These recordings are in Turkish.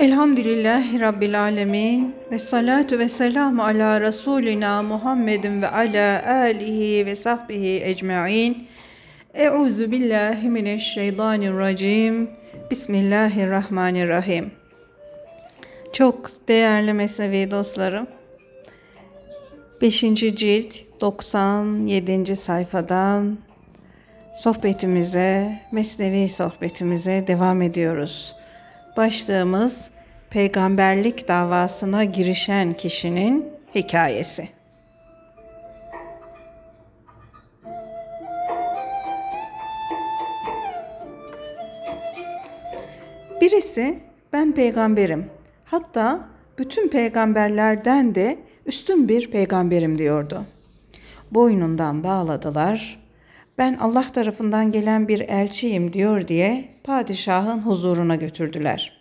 Elhamdülillahi Rabbil alemin ve salatu ve selamu ala Resulina Muhammedin ve ala alihi ve sahbihi ecma'in. Euzu billahi mineşşeytanirracim. Bismillahirrahmanirrahim. Çok değerli Mesnevi dostlarım, 5. cilt 97. sayfadan Mesnevi sohbetimize devam ediyoruz. Başlığımız peygamberlik davasına girişen kişinin hikayesi. Birisi ben peygamberim, hatta bütün peygamberlerden de üstün bir peygamberim diyordu. Boynundan bağladılar, ben Allah tarafından gelen bir elçiyim diyor diye padişahın huzuruna götürdüler.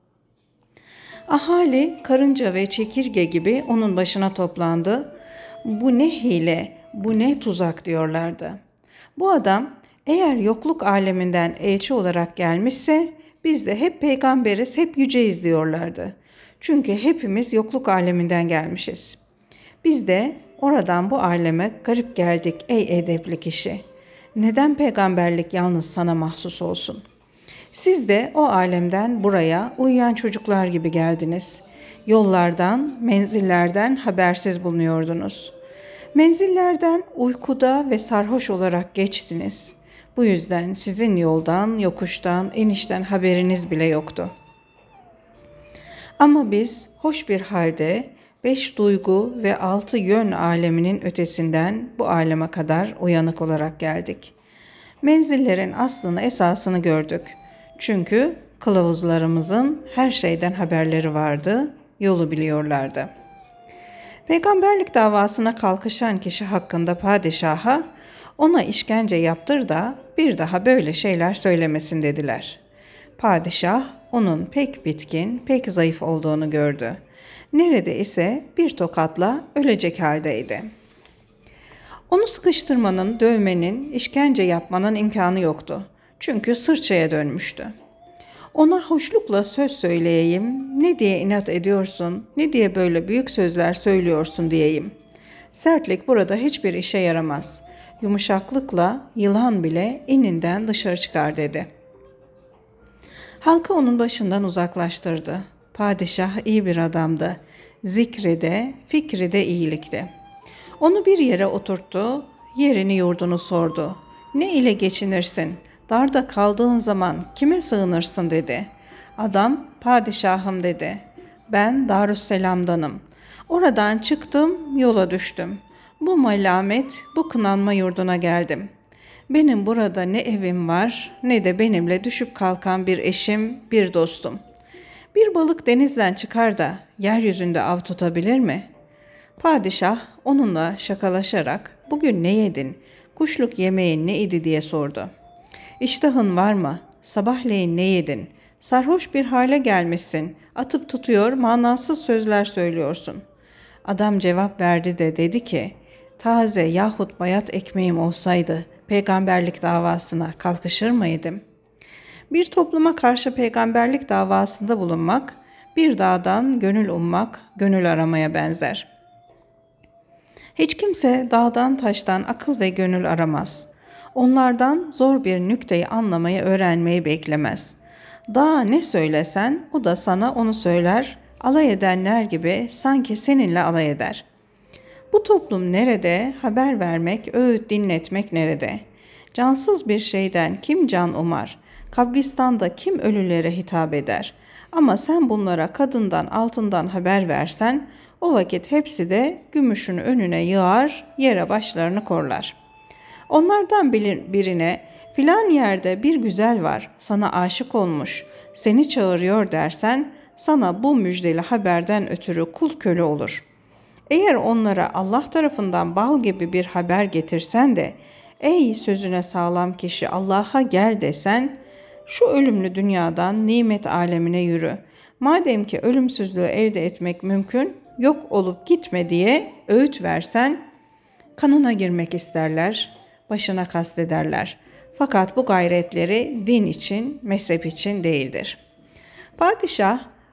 Ahali karınca ve çekirge gibi onun başına toplandı. Bu ne hile, bu ne tuzak diyorlardı. Bu adam eğer yokluk aleminden elçi olarak gelmişse biz de hep peygamberiz, hep yüceyiz diyorlardı. Çünkü hepimiz yokluk aleminden gelmişiz. Biz de oradan bu aleme garip geldik ey edepli kişi. Neden peygamberlik yalnız sana mahsus olsun? Siz de o alemden buraya uyuyan çocuklar gibi geldiniz. Yollardan, menzillerden habersiz bulunuyordunuz. Menzillerden uykuda ve sarhoş olarak geçtiniz. Bu yüzden sizin yoldan, yokuştan, inişten haberiniz bile yoktu. Ama biz hoş bir halde 5 duygu ve 6 yön aleminin ötesinden bu aleme kadar uyanık olarak geldik. Menzillerin aslını esasını gördük. Çünkü kılavuzlarımızın her şeyden haberleri vardı, yolu biliyorlardı. Peygamberlik davasına kalkışan kişi hakkında padişaha ona işkence yaptır da bir daha böyle şeyler söylemesin dediler. Padişah onun pek bitkin, pek zayıf olduğunu gördü. Nerede ise bir tokatla ölecek haldeydi. Onu sıkıştırmanın, dövmenin, işkence yapmanın imkanı yoktu. Çünkü sırçaya dönmüştü. Ona hoşlukla söz söyleyeyim, ne diye inat ediyorsun, ne diye böyle büyük sözler söylüyorsun diyeyim. Sertlik burada hiçbir işe yaramaz. Yumuşaklıkla yılan bile ininden dışarı çıkar dedi. Halkı onun başından uzaklaştırdı. Padişah iyi bir adamdı. Zikri de, fikri de iyilikti. Onu bir yere oturttu, yerini yurdunu sordu. Ne ile geçinirsin? Darda kaldığın zaman kime sığınırsın dedi. Adam, padişahım dedi. Ben Darüsselam'danım. Oradan çıktım, yola düştüm. Bu melamet, bu kınanma yurduna geldim. Benim burada ne evim var, ne de benimle düşüp kalkan bir eşim, bir dostum. Bir balık denizden çıkar da yeryüzünde av tutabilir mi? Padişah onunla şakalaşarak bugün ne yedin, kuşluk yemeğin ne idi diye sordu. İştahın var mı? Sabahleyin ne yedin? Sarhoş bir hale gelmişsin, atıp tutuyor manasız sözler söylüyorsun. Adam cevap verdi de dedi ki, taze yahut bayat ekmeğim olsaydı peygamberlik davasına kalkışır mıydım? Bir topluma karşı peygamberlik davasında bulunmak, bir dağdan gönül ummak, gönül aramaya benzer. Hiç kimse dağdan taştan akıl ve gönül aramaz. Onlardan zor bir nükteyi anlamayı öğrenmeyi beklemez. Dağa ne söylesen o da sana onu söyler, alay edenler gibi sanki seninle alay eder. Bu toplum nerede, haber vermek, öğüt dinletmek nerede? Cansız bir şeyden kim can umar? Kabristanda kim ölülere hitap eder? Ama sen bunlara kadından altından haber versen, o vakit hepsi de gümüşün önüne yığar, yere başlarını korlar. Onlardan birine filan yerde bir güzel var, sana aşık olmuş, seni çağırıyor dersen, sana bu müjdeli haberden ötürü kul köle olur. Eğer onlara Allah tarafından bal gibi bir haber getirsen de, ey sözüne sağlam kişi Allah'a gel desen, şu ölümlü dünyadan nimet alemine yürü. Madem ki ölümsüzlüğü elde etmek mümkün, yok olup gitme diye öğüt versen, kanına girmek isterler, başına kastederler. Fakat bu gayretleri din için, mezhep için değildir. Padişah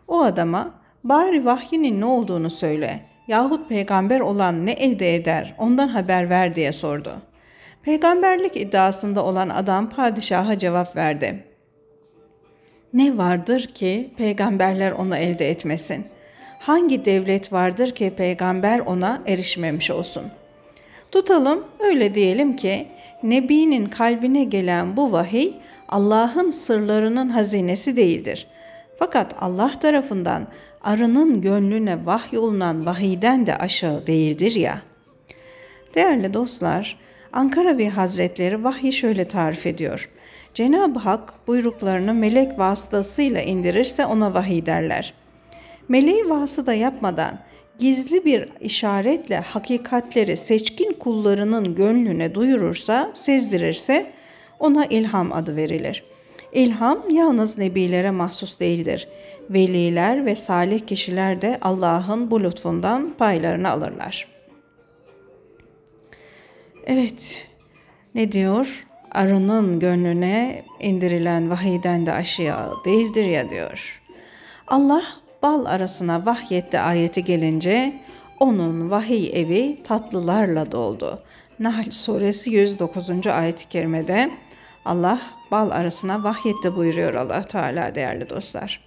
O adama bari vahyinin ne olduğunu söyle yahut peygamber olan ne elde eder ondan haber ver diye sordu. Peygamberlik iddiasında olan adam padişaha cevap verdi. Ne vardır ki peygamberler onu elde etmesin? Hangi devlet vardır ki peygamber ona erişmemiş olsun? Tutalım öyle diyelim ki Nebi'nin kalbine gelen bu vahiy Allah'ın sırlarının hazinesi değildir. Fakat Allah tarafından arının gönlüne vahyolunan vahiyden de aşağı değildir ya. Değerli dostlar, Ankaravi Hazretleri vahyi şöyle tarif ediyor. Cenab-ı Hak buyruklarını melek vasıtasıyla indirirse ona vahiy derler. Meleği vasıta yapmadan gizli bir işaretle hakikatleri seçkin kullarının gönlüne duyurursa, sezdirirse ona ilham adı verilir. İlham yalnız nebilere mahsus değildir. Veliler ve salih kişiler de Allah'ın bu lütfundan paylarını alırlar. Evet, ne diyor? Arının gönlüne indirilen vahiyden de aşağı değildir ya diyor. Allah bal arasına vahyetti ayeti gelince onun vahiy evi tatlılarla doldu. Nahl suresi 109. ayet-i kerimede Allah bal arasına vahyetti buyuruyor Allah Teala değerli dostlar.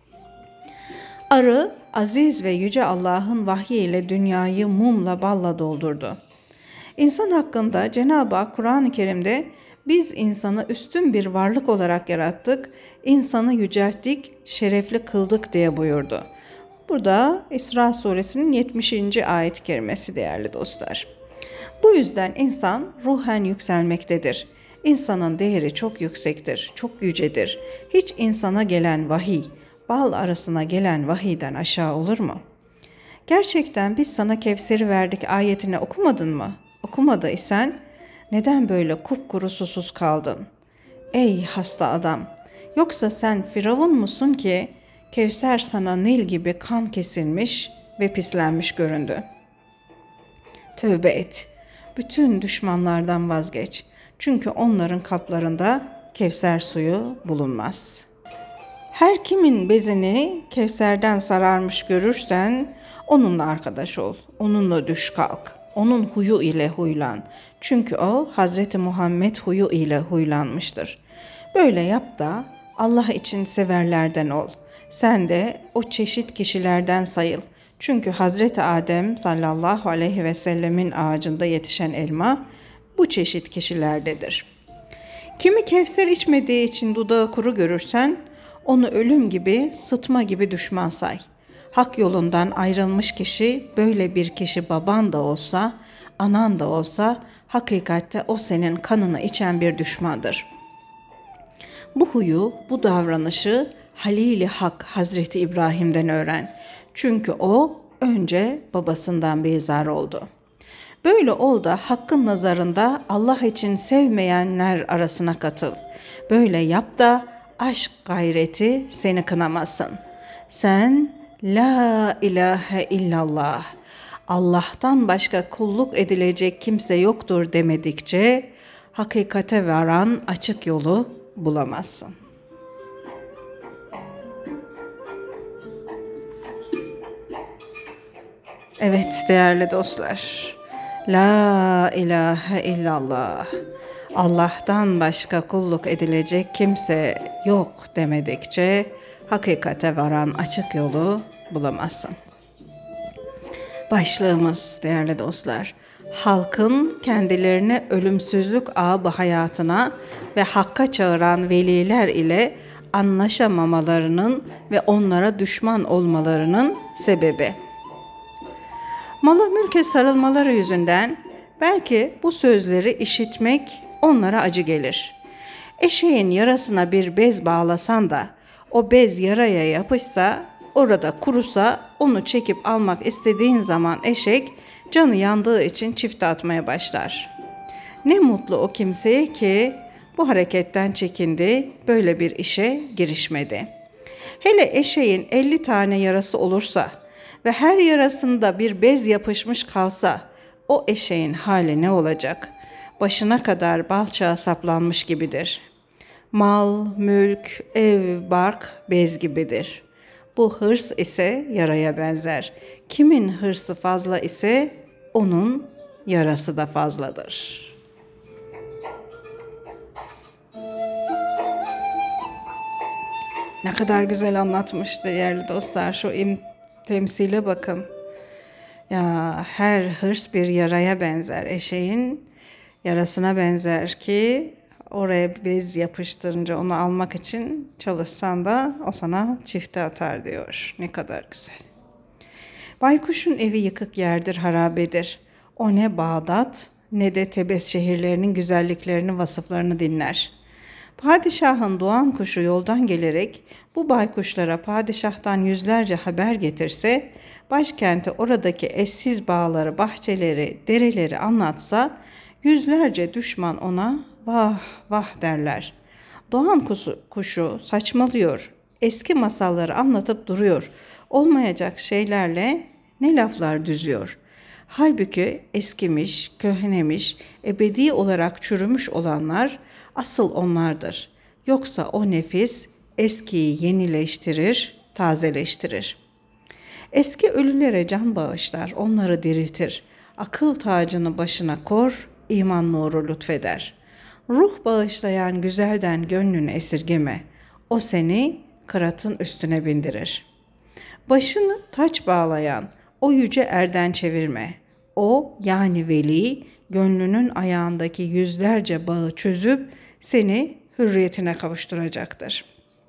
Arı aziz ve yüce Allah'ın vahyiyle dünyayı mumla balla doldurdu. İnsan hakkında Cenab-ı Hak Kur'an-ı Kerim'de biz insanı üstün bir varlık olarak yarattık, insanı yücelttik, şerefli kıldık diye buyurdu. Burada İsra suresinin 70. ayet-i kerimesi değerli dostlar. Bu yüzden insan ruhen yükselmektedir. İnsanın değeri çok yüksektir, çok yücedir. Hiç insana gelen vahiy, bal arasına gelen vahiyden aşağı olur mu? Gerçekten biz sana Kevser'i verdik ayetini okumadın mı? Okumadıysan neden böyle kupkuru susuz kaldın? Ey hasta adam! Yoksa sen Firavun musun ki Kevser sana Nil gibi kan kesilmiş ve pislenmiş göründü? Tövbe et. Bütün düşmanlardan vazgeç. Çünkü onların kaplarında Kevser suyu bulunmaz. Her kimin bezini Kevser'den sararmış görürsen onunla arkadaş ol, onunla düş kalk. Onun huyu ile huylan. Çünkü o Hazreti Muhammed huyu ile huylanmıştır. Böyle yap da Allah için severlerden ol. Sen de o çeşit kişilerden sayıl. Çünkü Hazreti Adem sallallahu aleyhi ve sellemin ağacında yetişen elma bu çeşit kişilerdedir. Kimi Kevser içmediği için dudağı kuru görürsen onu ölüm gibi, sıtma gibi düşman say. Hak yolundan ayrılmış kişi, böyle bir kişi baban da olsa, anan da olsa, hakikatte o senin kanını içen bir düşmandır. Bu huyu, bu davranışı Halil-i Hak Hazreti İbrahim'den öğren. Çünkü o önce babasından bezar oldu. Böyle ol da Hakk'ın nazarında Allah için sevmeyenler arasına katıl. Böyle yap da aşk gayreti seni kınamasın. Sen La ilahe illallah, Allah'tan başka kulluk edilecek kimse yoktur demedikçe hakikate varan açık yolu bulamazsın. Evet değerli dostlar, La ilahe illallah, Allah'tan başka kulluk edilecek kimse yok demedikçe hakikate varan açık yolu bulamazsın. Başlığımız değerli dostlar, halkın kendilerini ölümsüzlük ağabey hayatına ve hakka çağıran veliler ile anlaşamamalarının ve onlara düşman olmalarının sebebi. Mala mülke sarılmaları yüzünden belki bu sözleri işitmek onlara acı gelir. Eşeğin yarasına bir bez bağlasan da o bez yaraya yapışsa, orada kurusa onu çekip almak istediğin zaman eşek canı yandığı için çifte atmaya başlar. Ne mutlu o kimseye ki bu hareketten çekindi, böyle bir işe girişmedi. Hele eşeğin 50 tane yarası olursa ve her yarasında bir bez yapışmış kalsa o eşeğin hali ne olacak? Başına kadar balçağa saplanmış gibidir. Mal, mülk, ev, bark bez gibidir. Bu hırs ise yaraya benzer. Kimin hırsı fazla ise onun yarası da fazladır. Ne kadar güzel anlatmış değerli dostlar. Şu temsile bakın. Ya her hırs bir yaraya benzer. Eşeğin yarasına benzer ki oraya bir bez yapıştırınca onu almak için çalışsan da o sana çifte atar diyor. Ne kadar güzel. Baykuşun evi yıkık yerdir, harabedir. O ne Bağdat ne de Tebes şehirlerinin güzelliklerini, vasıflarını dinler. Padişahın doğan kuşu yoldan gelerek bu baykuşlara padişahtan yüzlerce haber getirse, başkente oradaki eşsiz bağları, bahçeleri, dereleri anlatsa, yüzlerce düşman ona vah vah derler. Doğan kuşu saçmalıyor, eski masalları anlatıp duruyor, olmayacak şeylerle ne laflar düzüyor. Halbuki eskimiş, köhnemiş, ebedi olarak çürümüş olanlar asıl onlardır. Yoksa o nefis eskiyi yenileştirir, tazeleştirir. Eski ölülere can bağışlar, onları diriltir. Akıl tacını başına kor, iman nuru lütfeder. Ruh bağışlayan güzelden gönlünü esirgeme. O seni kıratın üstüne bindirir. Başını taç bağlayan o yüce erden çevirme. O yani veli gönlünün ayağındaki yüzlerce bağı çözüp seni hürriyetine kavuşturacaktır.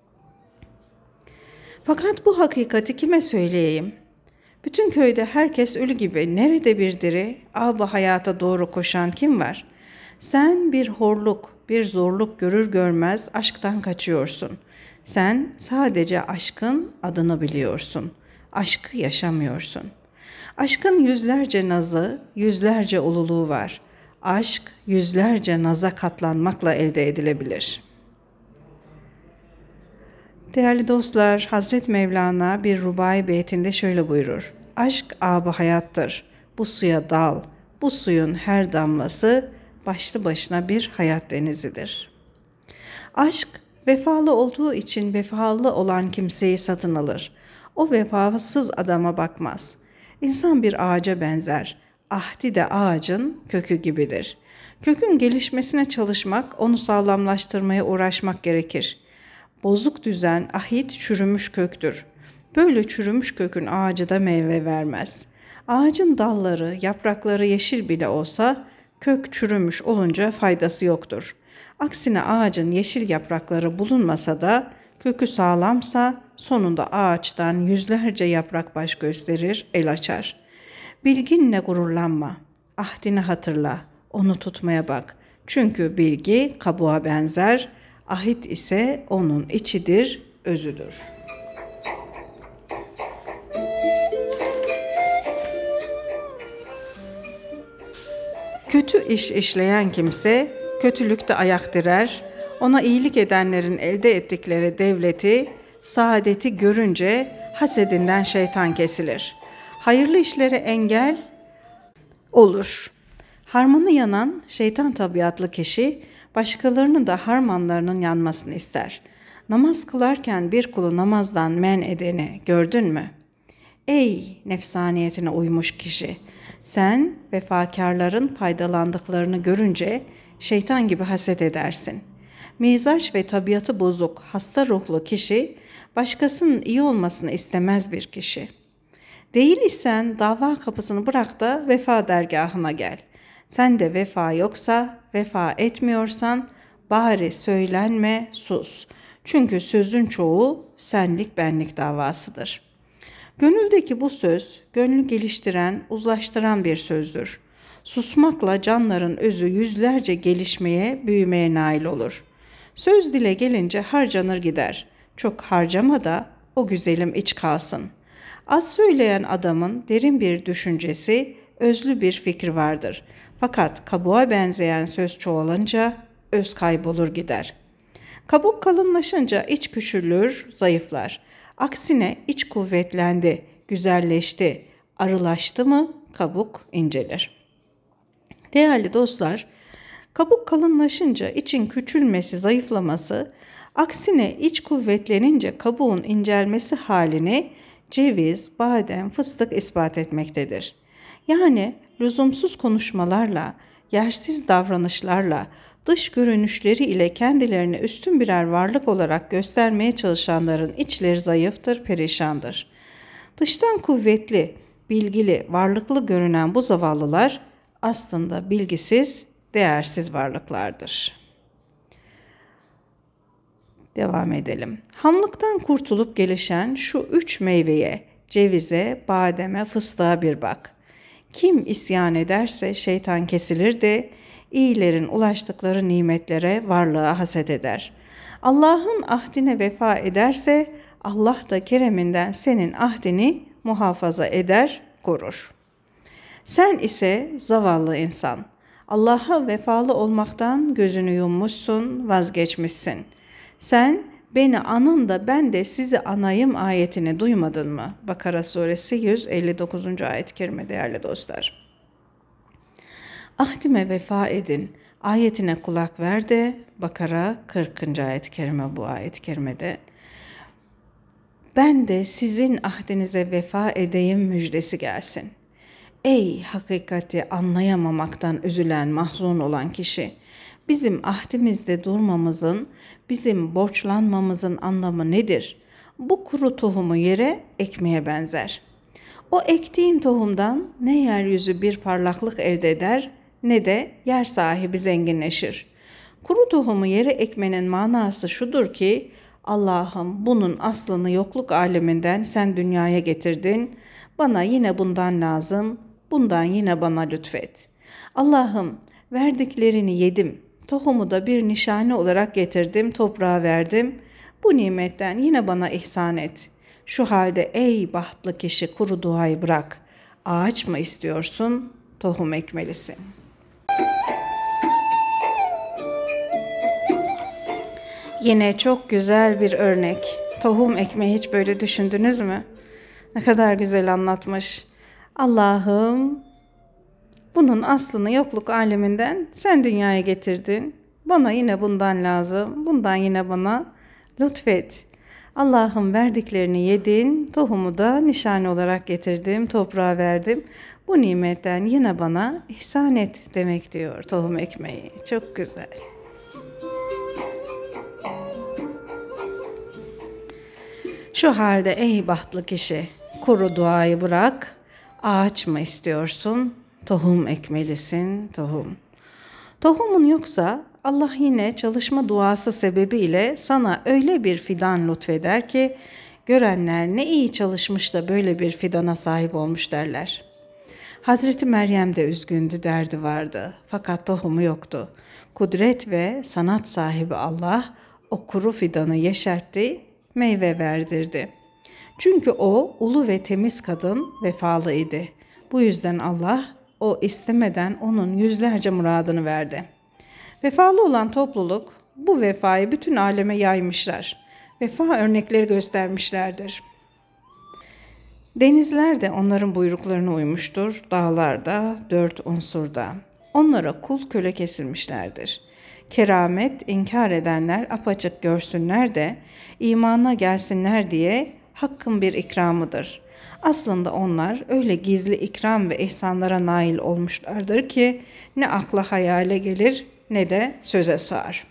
Fakat bu hakikati kime söyleyeyim? Bütün köyde herkes ölü gibi, nerede bir diri, ab-ı hayata doğru koşan kim var? Sen bir horluk, bir zorluk görür görmez aşktan kaçıyorsun. Sen sadece aşkın adını biliyorsun. Aşkı yaşamıyorsun. Aşkın yüzlerce nazı, yüzlerce ululuğu var. Aşk yüzlerce naza katlanmakla elde edilebilir. Değerli dostlar, Hazret Mevlana bir rubai beytinde şöyle buyurur. Aşk ab-ı hayattır. Bu suya dal. Bu suyun her damlası başlı başına bir hayat denizidir. Aşk vefalı olduğu için vefalı olan kimseyi satın alır. O vefasız adama bakmaz. İnsan bir ağaca benzer. Ahdi de ağacın kökü gibidir. Kökün gelişmesine çalışmak, onu sağlamlaştırmaya uğraşmak gerekir. Bozuk düzen, ahit çürümüş köktür. Böyle çürümüş kökün ağacı da meyve vermez. Ağacın dalları, yaprakları yeşil bile olsa kök çürümüş olunca faydası yoktur. Aksine ağacın yeşil yaprakları bulunmasa da kökü sağlamsa sonunda ağaçtan yüzlerce yaprak baş gösterir, el açar. Bilginle gururlanma, ahdini hatırla, onu tutmaya bak. Çünkü bilgi kabuğa benzer, ahit ise onun içidir, özüdür. Kötü iş işleyen kimse kötülükte ayak direr, ona iyilik edenlerin elde ettikleri devleti, saadeti görünce hasedinden şeytan kesilir. Hayırlı işlere engel olur. Harmanı yanan şeytan tabiatlı kişi başkalarının da harmanlarının yanmasını ister. Namaz kılarken bir kulu namazdan men edeni gördün mü? Ey nefsaniyetine uymuş kişi! Sen vefakarların faydalandıklarını görünce şeytan gibi haset edersin. Mizaç ve tabiatı bozuk, hasta ruhlu kişi başkasının iyi olmasını istemez bir kişi. Değil isen dava kapısını bırak da vefa dergahına gel. Sen de vefa yoksa, vefa etmiyorsan bari söylenme, sus. Çünkü sözün çoğu senlik benlik davasıdır. Gönüldeki bu söz, gönlü geliştiren, uzlaştıran bir sözdür. Susmakla canların özü yüzlerce gelişmeye, büyümeye nail olur. Söz dile gelince harcanır gider. Çok harcama da o güzelim iç kalsın. Az söyleyen adamın derin bir düşüncesi, özlü bir fikir vardır. Fakat kabuğa benzeyen söz çoğalınca öz kaybolur gider. Kabuk kalınlaşınca iç küçülür, zayıflar. Aksine iç kuvvetlendi, güzelleşti, arılaştı mı kabuk incelir. Değerli dostlar, kabuk kalınlaşınca için küçülmesi, zayıflaması Aksine iç kuvvetlenince kabuğun incelmesi halini ceviz, badem, fıstık ispat etmektedir. Yani lüzumsuz konuşmalarla, yersiz davranışlarla, dış görünüşleri ile kendilerini üstün birer varlık olarak göstermeye çalışanların içleri zayıftır, perişandır. Dıştan kuvvetli, bilgili, varlıklı görünen bu zavallılar aslında bilgisiz, değersiz varlıklardır. Devam edelim. Hamlıktan kurtulup gelişen şu üç meyveye, cevize, bademe, fıstığa bir bak. Kim isyan ederse şeytan kesilir de iyilerin ulaştıkları nimetlere, varlığa haset eder. Allah'ın ahdine vefa ederse Allah da kereminden senin ahdini muhafaza eder, korur. Sen ise zavallı insan, Allah'a vefalı olmaktan gözünü yummuşsun, vazgeçmişsin. Sen beni anın da ben de sizi anayım ayetini duymadın mı? Bakara suresi 159. ayet-i kerime değerli dostlar. Ahdime vefa edin, ayetine kulak ver de Bakara 40. ayet-i kerime bu ayet-i kerimede. Ben de sizin ahdinize vefa edeyim müjdesi gelsin. Ey hakikati anlayamamaktan üzülen, mahzun olan kişi, bizim ahdimizde durmamızın, bizim borçlanmamızın anlamı nedir? Bu kuru tohumu yere ekmeye benzer. O ektiğin tohumdan ne yeryüzü bir parlaklık elde eder, ne de yer sahibi zenginleşir. Kuru tohumu yere ekmenin manası şudur ki, Allah'ım bunun aslını yokluk aleminden sen dünyaya getirdin, bana yine bundan lazım, bundan yine bana lütfet. Allah'ım verdiklerini yedim, tohumu da bir nişane olarak getirdim, toprağa verdim, bu nimetten yine bana ihsan et. Şu halde ey bahtlı kişi kuru duayı bırak, ağaç mı istiyorsun, tohum ekmelisin. Yine çok güzel bir örnek. Tohum ekmeği hiç böyle düşündünüz mü? Ne kadar güzel anlatmış. Allah'ım bunun aslını yokluk aleminden sen dünyaya getirdin. Bana yine bundan lazım. Bundan yine bana lütfet. Allah'ım verdiklerini yedin. Tohumu da nişane olarak getirdim. Toprağa verdim. Bu nimetten yine bana ihsan et demek diyor tohum ekmeği. Çok güzel. Şu halde ey bahtlı kişi, kuru duayı bırak, ağaç mı istiyorsun, tohum ekmelisin, tohum. Tohumun yoksa Allah yine çalışma duası sebebiyle sana öyle bir fidan lütfeder ki, görenler ne iyi çalışmış da böyle bir fidana sahip olmuş derler. Hazreti Meryem de üzgündü, derdi vardı. Fakat tohumu yoktu. Kudret ve sanat sahibi Allah o kuru fidanı yeşertti, meyve verdirdi. Çünkü o ulu ve temiz kadın vefalı idi. Bu yüzden Allah o istemeden onun yüzlerce muradını verdi. Vefalı olan topluluk bu vefayı bütün aleme yaymışlar. Vefa örnekleri göstermişlerdir. Denizler de onların buyruklarına uymuştur, dağlar da, dört unsurda. Onlara kul köle kesilmişlerdir. Keramet inkar edenler apaçık görsünler de imana gelsinler diye hakkın bir ikramıdır. Aslında onlar öyle gizli ikram ve ihsanlara nail olmuşlardır ki ne akla hayale gelir ne de söze sığar.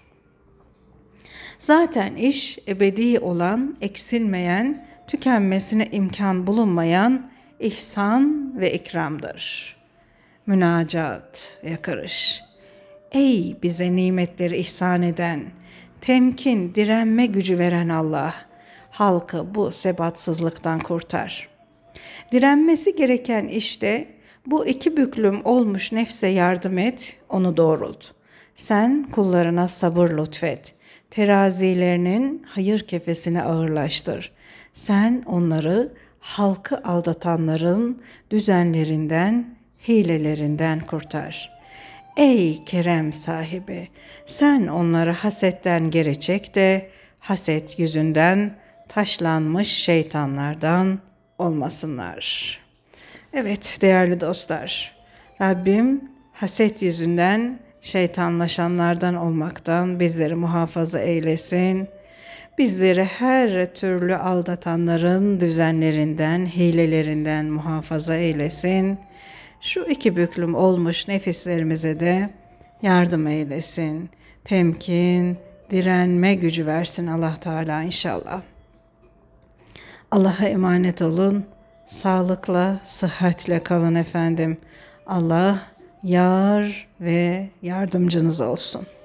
Zaten iş ebedi olan, eksilmeyen, tükenmesine imkan bulunmayan ihsan ve ikramdır. Münacat, yakarış. Ey bize nimetleri ihsan eden, temkin, direnme gücü veren Allah, halkı bu sebatsızlıktan kurtar. Direnmesi gereken işte bu iki büklüm olmuş nefse yardım et, onu doğrult. Sen kullarına sabır lütfet. Terazilerinin hayır kefesini ağırlaştır. Sen onları halkı aldatanların düzenlerinden, hilelerinden kurtar. Ey kerem sahibi, sen onları hasetten geri çek de haset yüzünden taşlanmış şeytanlardan olmasınlar. Evet değerli dostlar, Rabbim haset yüzünden şeytanlaşanlardan olmaktan bizleri muhafaza eylesin. bizleri her türlü aldatanların düzenlerinden, hilelerinden muhafaza eylesin. Şu iki büklüm olmuş nefislerimize de yardım eylesin. Temkin, direnme gücü versin Allah Teala inşallah. Allah'a emanet olun. Sağlıkla, sıhhatle kalın efendim. Allah yar ve yardımcınız olsun.